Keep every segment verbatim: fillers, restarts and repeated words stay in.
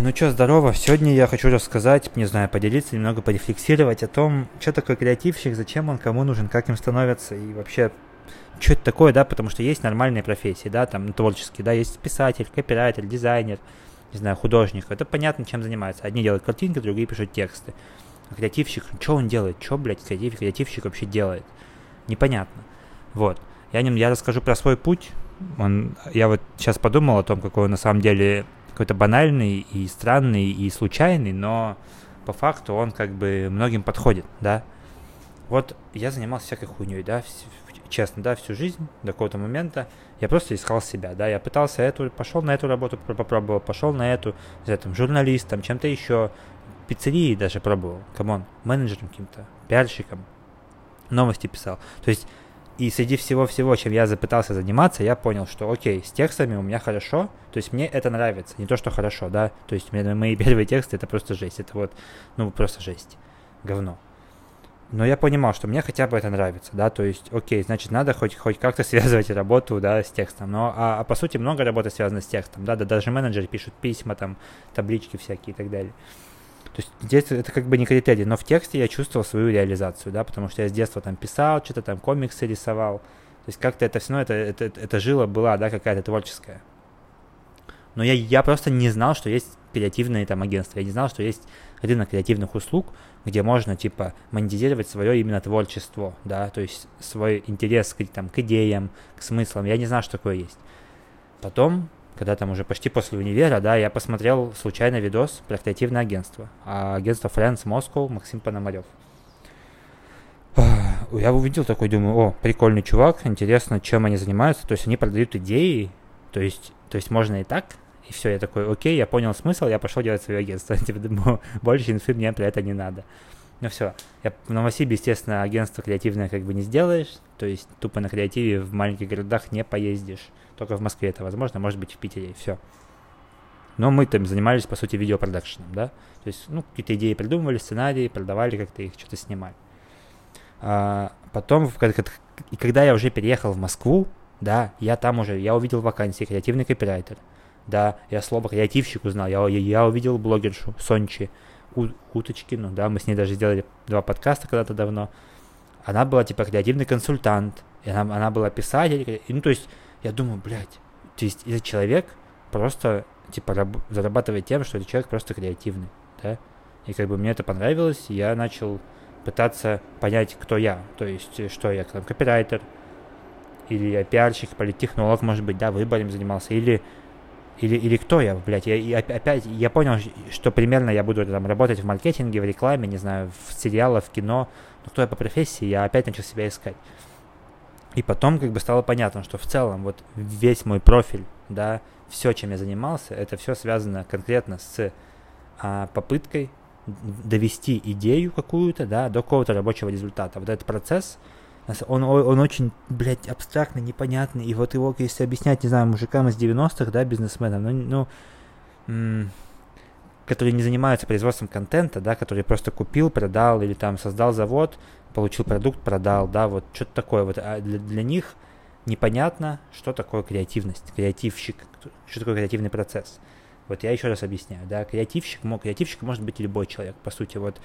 Ну что, здорово. Сегодня я хочу рассказать, не знаю, поделиться, немного порефлексировать о том, что такое креативщик, зачем он, кому нужен, как им становится и вообще, что это такое, да, потому что есть нормальные профессии, да, там, ну, творческие, да, есть писатель, копирайтер, дизайнер, не знаю, художник. Это понятно, чем занимается. Одни делают картинки, другие пишут тексты. А креативщик, что он делает? Что, блядь, креатив, креативщик вообще делает? Непонятно. Вот. Я, не, я расскажу про свой путь. Он, я вот сейчас подумал о том, какой он на самом деле какой-то банальный и странный и случайный, но по факту он как бы многим подходит, да. Вот я занимался всякой хуйней, да, вс- честно, да, всю жизнь до какого-то момента я просто искал себя, да, я пытался эту, пошел на эту работу, попробовал, пошел на эту, не знаю, там, журналистом, чем-то еще, пиццерии даже пробовал, камон, менеджером каким-то, пиарщиком, новости писал, то есть. И среди всего-всего, чем я запытался заниматься, я понял, что окей, с текстами у меня хорошо, то есть мне это нравится, не то, что хорошо, да, то есть мои первые тексты это просто жесть, это вот, ну, просто жесть, говно. Но я понимал, что мне хотя бы это нравится, да, то есть, окей, значит, надо хоть, хоть как-то связывать работу, да, с текстом, но, а, а по сути много работы связано с текстом, да, да, даже менеджеры пишут письма, там, таблички всякие и так далее. То есть здесь это как бы не критерий, но в тексте я чувствовал свою реализацию, да, потому что я с детства там писал, что-то там комиксы рисовал. То есть как-то это все равно, это, это, это жила была, да, какая-то творческая. Но я, я просто не знал, что есть креативные там агентства. Я не знал, что есть рынок креативных услуг, где можно, типа, монетизировать свое именно творчество, да, то есть свой интерес к, там, к идеям, к смыслам. Я не знал, что такое есть. Потом, когда там уже почти после универа, да, я посмотрел случайно видос про креативное агентство. А агентство Friends Moscow, Максим Пономарев. Я увидел такой, думаю, о, прикольный чувак, интересно, чем они занимаются. То есть они продают идеи, то есть, то есть можно и так. И все, я такой, окей, я понял смысл, я пошел делать свое агентство. Типа, думаю, больше инфы мне про это не надо. Ну все, я, в Новосибе, естественно, агентство креативное как бы не сделаешь. То есть тупо на креативе в маленьких городах не поездишь. Только в Москве это возможно, может быть в Питере, и все. Но мы там занимались, по сути, видеопродакшеном, да. То есть, ну, какие-то идеи придумывали, сценарии, продавали как-то их, что-то снимали. А потом, и когда я уже переехал в Москву, да, я там уже, я увидел вакансии, креативный копирайтер, да, я слово креативщик узнал, я, я, я увидел блогершу Сончи У, Уточкину, да, мы с ней даже сделали два подкаста когда-то давно. Она была, типа, креативный консультант, и она, она была писатель, и, ну, то есть, я думаю, блядь, то есть этот человек просто, типа, раб- зарабатывает тем, что этот человек просто креативный, да, и как бы мне это понравилось, и я начал пытаться понять, кто я, то есть, что я, там, копирайтер, или я пиарщик, политтехнолог, может быть, да, выбором занимался, или, или, или кто я, блядь, я, я опять, я понял, что примерно я буду там работать в маркетинге, в рекламе, не знаю, в сериалах, в кино, но кто я по профессии, я опять начал себя искать. И потом как бы стало понятно, что в целом вот весь мой профиль, да, все, чем я занимался, это все связано конкретно с а, попыткой довести идею какую-то, да, до какого-то рабочего результата. Вот этот процесс, он, он очень, блядь, абстрактный, непонятный, и вот его, если объяснять, не знаю, мужикам из девяностых, да, бизнесменам, ну, ну м- которые не занимаются производством контента, да, который просто купил, продал или там создал завод, получил продукт, продал, да, вот что-то такое. Вот а для, для них непонятно, что такое креативность, креативщик, что такое креативный процесс. Вот я еще раз объясняю, да, креативщик, креативщик может быть любой человек, по сути, вот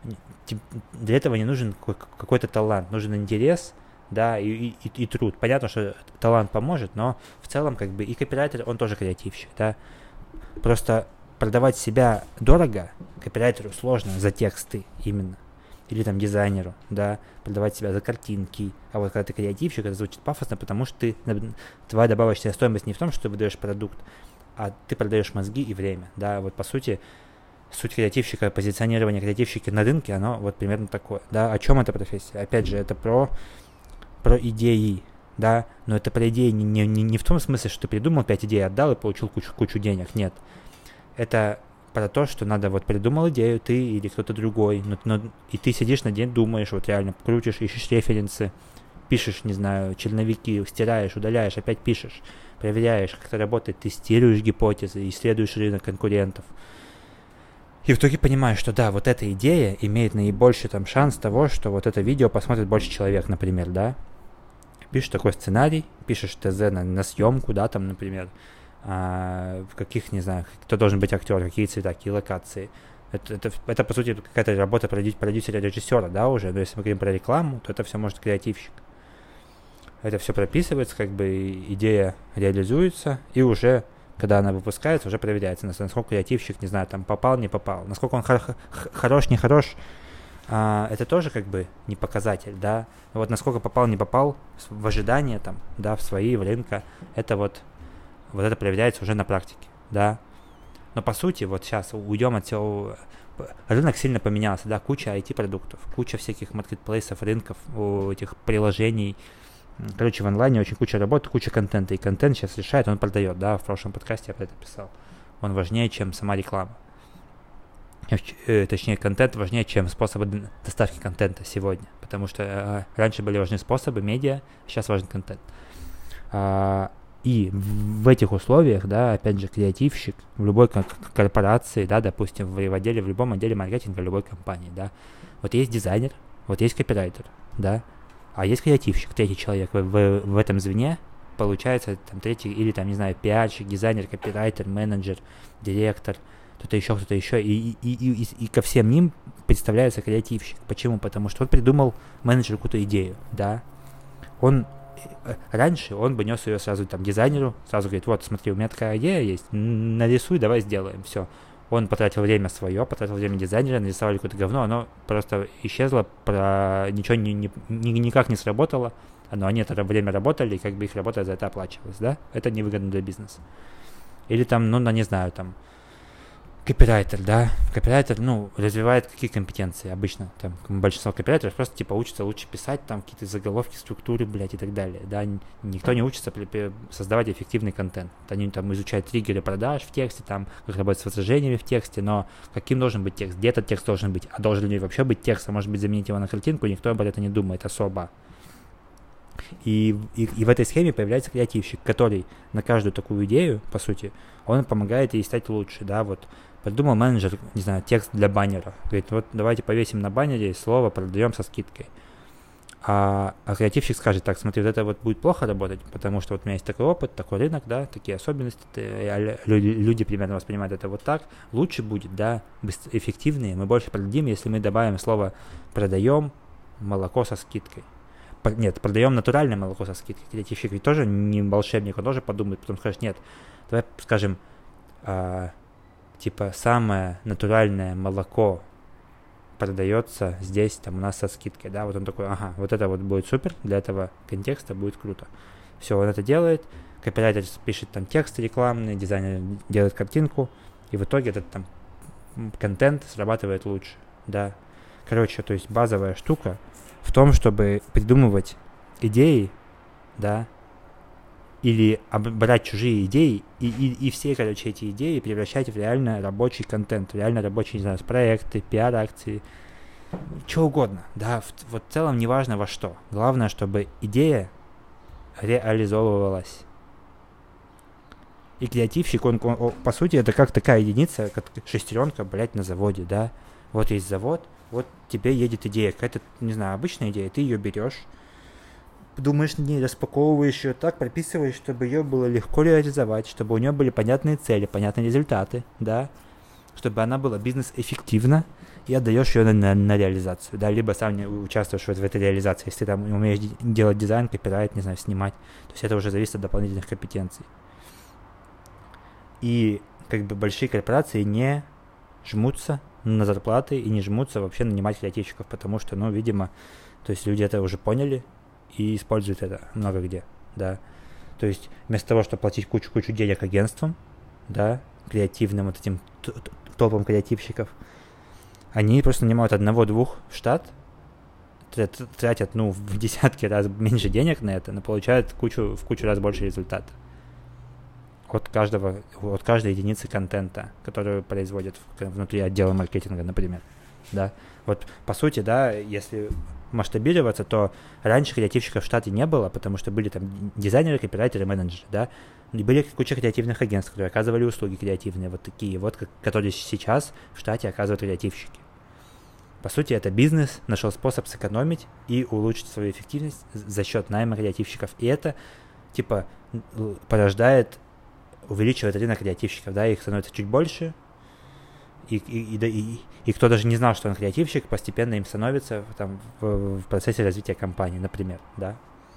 для этого не нужен какой-то талант, нужен интерес, да, и, и, и труд. Понятно, что талант поможет, но в целом как бы и копирайтер, он тоже креативщик, да, просто продавать себя дорого, копирайтеру сложно за тексты именно, или там дизайнеру, да, продавать себя за картинки, а вот когда ты креативщик, это звучит пафосно, потому что ты, твоя добавочная стоимость не в том, что ты выдаешь продукт, а ты продаешь мозги и время, да, вот по сути суть креативщика, позиционирование креативщика на рынке, оно вот примерно такое, да, о чем эта профессия? Опять же, это про, про идеи, да, но это про идеи не, не, не в том смысле, что ты придумал пять идей, отдал и получил кучу, кучу денег, нет. Это про то, что надо, вот придумал идею ты или кто-то другой, но, но, и ты сидишь на день, думаешь, вот реально крутишь, ищешь референсы, пишешь, не знаю, черновики, стираешь, удаляешь, опять пишешь, проверяешь, как это работает, тестируешь гипотезы, исследуешь рынок конкурентов. И в итоге понимаешь, что да, вот эта идея имеет наибольший там шанс того, что вот это видео посмотрит больше человек, например, да. Пишешь такой сценарий, пишешь ТЗ на, на съемку, да, там, например, а, в каких, не знаю, кто должен быть актер, какие цвета, какие локации. Это, это, это по сути, какая-то работа продю- продюсера, режиссера, да, уже. Но если мы говорим про рекламу, то это все может креативщик. Это все прописывается, как бы идея реализуется, и уже, когда она выпускается, уже проверяется, насколько креативщик, не знаю, там попал, не попал, насколько он хор- хорош, не хорош, а, это тоже как бы не показатель, да. Вот насколько попал, не попал в ожидание там, да, в свои, в рынка, это вот, вот это проверяется уже на практике, да. Но по сути, вот сейчас уйдем от всего, рынок сильно поменялся, да, куча ай ти-продуктов, куча всяких маркетплейсов, рынков, этих приложений. Короче, в онлайне очень куча работы, куча контента, и контент сейчас решает, он продает, да, в прошлом подкасте я про это писал. Он важнее, чем сама реклама. Э, точнее, контент важнее, чем способы доставки контента сегодня, потому что э, раньше были важны способы, медиа, сейчас важен контент. А, и в, в этих условиях, да, опять же, креативщик в любой корпорации, да, допустим, в, в отделе, в любом отделе маркетинга любой компании, да, вот есть дизайнер, вот есть копирайтер, да, а есть креативщик, третий человек в, в, в этом звене, получается там третий, или там, не знаю, пиарщик, дизайнер, копирайтер, менеджер, директор, кто-то еще, кто-то еще, и, и, и, и, и ко всем ним представляется креативщик. Почему? Потому что он придумал менеджеру какую-то идею, да. Он, раньше он бы нес ее сразу там дизайнеру, сразу говорит, вот, смотри, у меня такая идея есть, нарисуй, давай сделаем, все. Он потратил время свое, потратил время дизайнера, нарисовали какое-то говно, оно просто исчезло, про... ничего ни, ни, ни, никак не сработало, но они это время работали, и как бы их работа за это оплачивалась, да? Это невыгодно для бизнеса. Или там, ну, не знаю, там, копирайтер, да, копирайтер, ну, развивает какие компетенции обычно, там, большинство копирайтеров просто, типа, учатся лучше писать, там, какие-то заголовки, структуры, блядь, и так далее, да, никто не учится при, при создавать эффективный контент, они там изучают триггеры продаж в тексте, там, как работать с возражениями в тексте, но каким должен быть текст, где этот текст должен быть, а должен ли вообще быть текст, а может быть заменить его на картинку, никто об этом не думает особо. И, и, и в этой схеме появляется креативщик, который на каждую такую идею, по сути, он помогает ей стать лучше, да, вот. Придумал менеджер, не знаю, текст для баннера. Говорит, вот давайте повесим на баннере слово «продаем со скидкой». А, а креативщик скажет, так, смотри, вот это вот будет плохо работать, потому что вот у меня есть такой опыт, такой рынок, да, такие особенности, ты, люди, люди примерно воспринимают это вот так. Лучше будет, да, быстро, эффективнее, мы больше продадим, если мы добавим слово «продаем молоко со скидкой». Нет, продаем натуральное молоко со скидкой. Креативщик ведь тоже не волшебник, он тоже подумает, потом скажет, нет, давай скажем, а, типа, самое натуральное молоко продается здесь, там, у нас со скидкой, да, вот он такой, ага, вот это вот будет супер, для этого контекста будет круто. Все, он это делает, копирайтер пишет там тексты рекламные, дизайнер делает картинку, и в итоге этот там контент срабатывает лучше, да. Короче, то есть базовая штука в том, чтобы придумывать идеи, да, или брать чужие идеи и, и, и все, короче, эти идеи превращать в реально рабочий контент, в реально рабочие, не знаю, проекты, пиар-акции, что угодно, да, в, вот в целом неважно во что. Главное, чтобы идея реализовывалась. И креативщик, он, он, он по сути, это как такая единица, как шестеренка, блядь, на заводе, да. Вот есть завод, вот тебе едет идея, какая-то, не знаю, обычная идея, ты ее берешь, думаешь над ней, распаковываешь ее так, прописываешь, чтобы ее было легко реализовать, чтобы у нее были понятные цели, понятные результаты, да, чтобы она была бизнес-эффективна, и отдаешь ее на, на, на реализацию, да, либо сам не участвуешь вот в этой реализации, если ты там умеешь делать дизайн, копирайт, не знаю, снимать, то есть это уже зависит от дополнительных компетенций. И как бы большие корпорации не жмутся на зарплаты и не жмутся вообще нанимать креативщиков, потому что, ну, видимо, то есть люди это уже поняли, и используют это много где, да. То есть вместо того, чтобы платить кучу-кучу денег агентствам, да, креативным вот этим топам креативщиков, они просто нанимают одного-двух в штат, тратят, ну, в десятки раз меньше денег на это, но получают кучу, в кучу раз больше результата от каждого, от каждой единицы контента, которую производят внутри отдела маркетинга, например, да. Вот, по сути, да, если масштабироваться, то раньше креативщиков в штате не было, потому что были там дизайнеры, копирайтеры, менеджеры, да, и были куча креативных агентств, которые оказывали услуги креативные, вот такие вот, как, которые сейчас в штате оказывают креативщики. По сути, это бизнес нашел способ сэкономить и улучшить свою эффективность за счет найма креативщиков, и это, типа, порождает увеличивает рынок креативщиков, да, их становится чуть больше, и, и, и, и, и кто даже не знал, что он креативщик, постепенно им становится там, в, в процессе развития компании, например, да.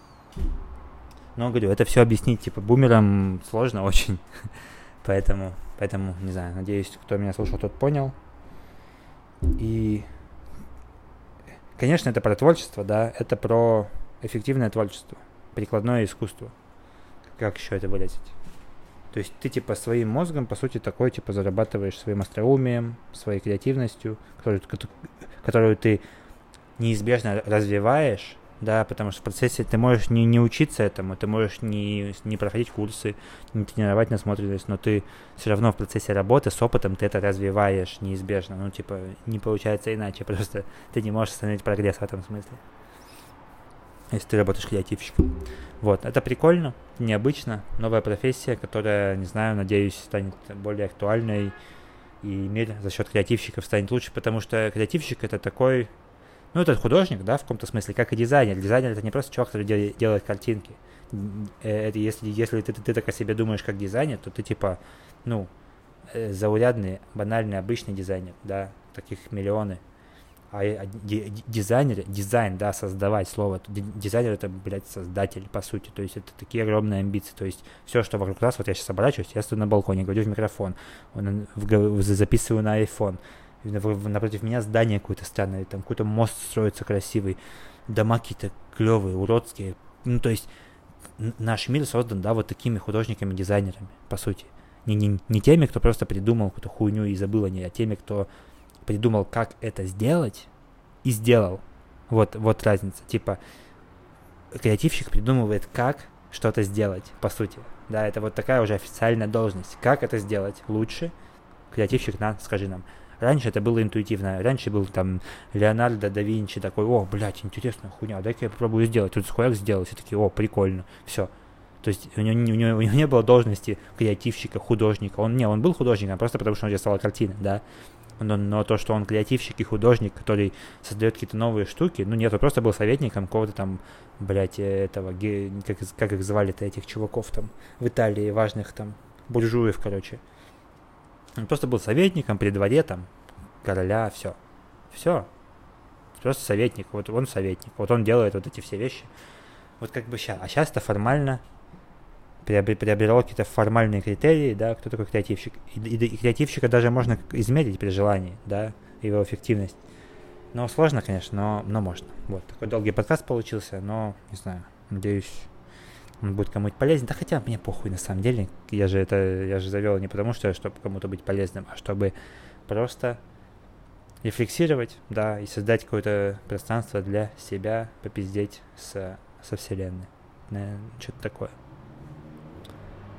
Но, говорю, это все объяснить, типа, бумерам сложно очень, поэтому, поэтому, не знаю, надеюсь, кто меня слушал, тот понял. И, конечно, это про творчество, да, это про эффективное творчество, прикладное искусство, как еще это выразить. То есть ты, типа, своим мозгом, по сути, такой, типа, зарабатываешь своим остроумием, своей креативностью, которую, которую ты неизбежно развиваешь, да, потому что в процессе ты можешь не, не учиться этому, ты можешь не, не проходить курсы, не тренировать насмотренность, но ты все равно в процессе работы с опытом ты это развиваешь неизбежно. Ну, типа, не получается иначе, просто ты не можешь остановить прогресс в этом смысле, если ты работаешь креативщиком. Вот, это прикольно, необычно, новая профессия, которая, не знаю, надеюсь, станет более актуальной, и мир за счет креативщиков станет лучше, потому что креативщик это такой, ну, это художник, да, в каком-то смысле, как и дизайнер. Дизайнер это не просто чувак, который дел- делает картинки. Это если, если ты, ты, ты так о себе думаешь как дизайнер, то ты типа, ну, заурядный, банальный, обычный дизайнер, да, таких миллионы. А дизайнер, дизайн, да, создавать слово, дизайнер это, блядь, создатель, по сути, то есть это такие огромные амбиции, то есть все, что вокруг нас, вот я сейчас оборачиваюсь, я стою на балконе, говорю в микрофон, записываю на iPhone, напротив меня здание какое-то странное, там какой-то мост строится красивый, дома какие-то клевые, уродские, ну, то есть наш мир создан, да, вот такими художниками, дизайнерами, по сути, не, не, не теми, кто просто придумал какую-то хуйню и забыл о ней, а теми, кто придумал, как это сделать, и сделал. Вот, вот разница. Типа, креативщик придумывает, как что-то сделать, по сути. Да, это вот такая уже официальная должность. Как это сделать лучше? Креативщик, на, скажи нам. Раньше это было интуитивно. Раньше был там Леонардо да Винчи такой, о, блядь, интересная хуйня, дай-ка я попробую сделать. Тут хуяк сделал, все такие, о, прикольно, все. То есть у него, у, него, у него не было должности креативщика, художника. Он не, он был художником, просто потому что он рисовал картины, да. Но, но то, что он креативщик и художник, который создает какие-то новые штуки, ну нет, он просто был советником какого-то там, блядь, этого, как, как их звали-то, этих чуваков там в Италии, важных там, буржуев, короче. Он просто был советником при дворе там, короля, все. Все. Просто советник, вот он советник, вот он делает вот эти все вещи. Вот как бы сейчас, а сейчас это формально приобрело какие-то формальные критерии, да, кто такой креативщик. И, и, и креативщика даже можно измерить при желании, да, его эффективность. Но сложно, конечно, но, но можно. Вот, такой долгий подкаст получился, но, не знаю, надеюсь, он будет кому-то полезен. Да хотя мне похуй, на самом деле. Я же это, я же завел не потому, что чтобы кому-то быть полезным, а чтобы просто рефлексировать, да, и создать какое-то пространство для себя, попиздеть с, со вселенной. Наверное, что-то такое.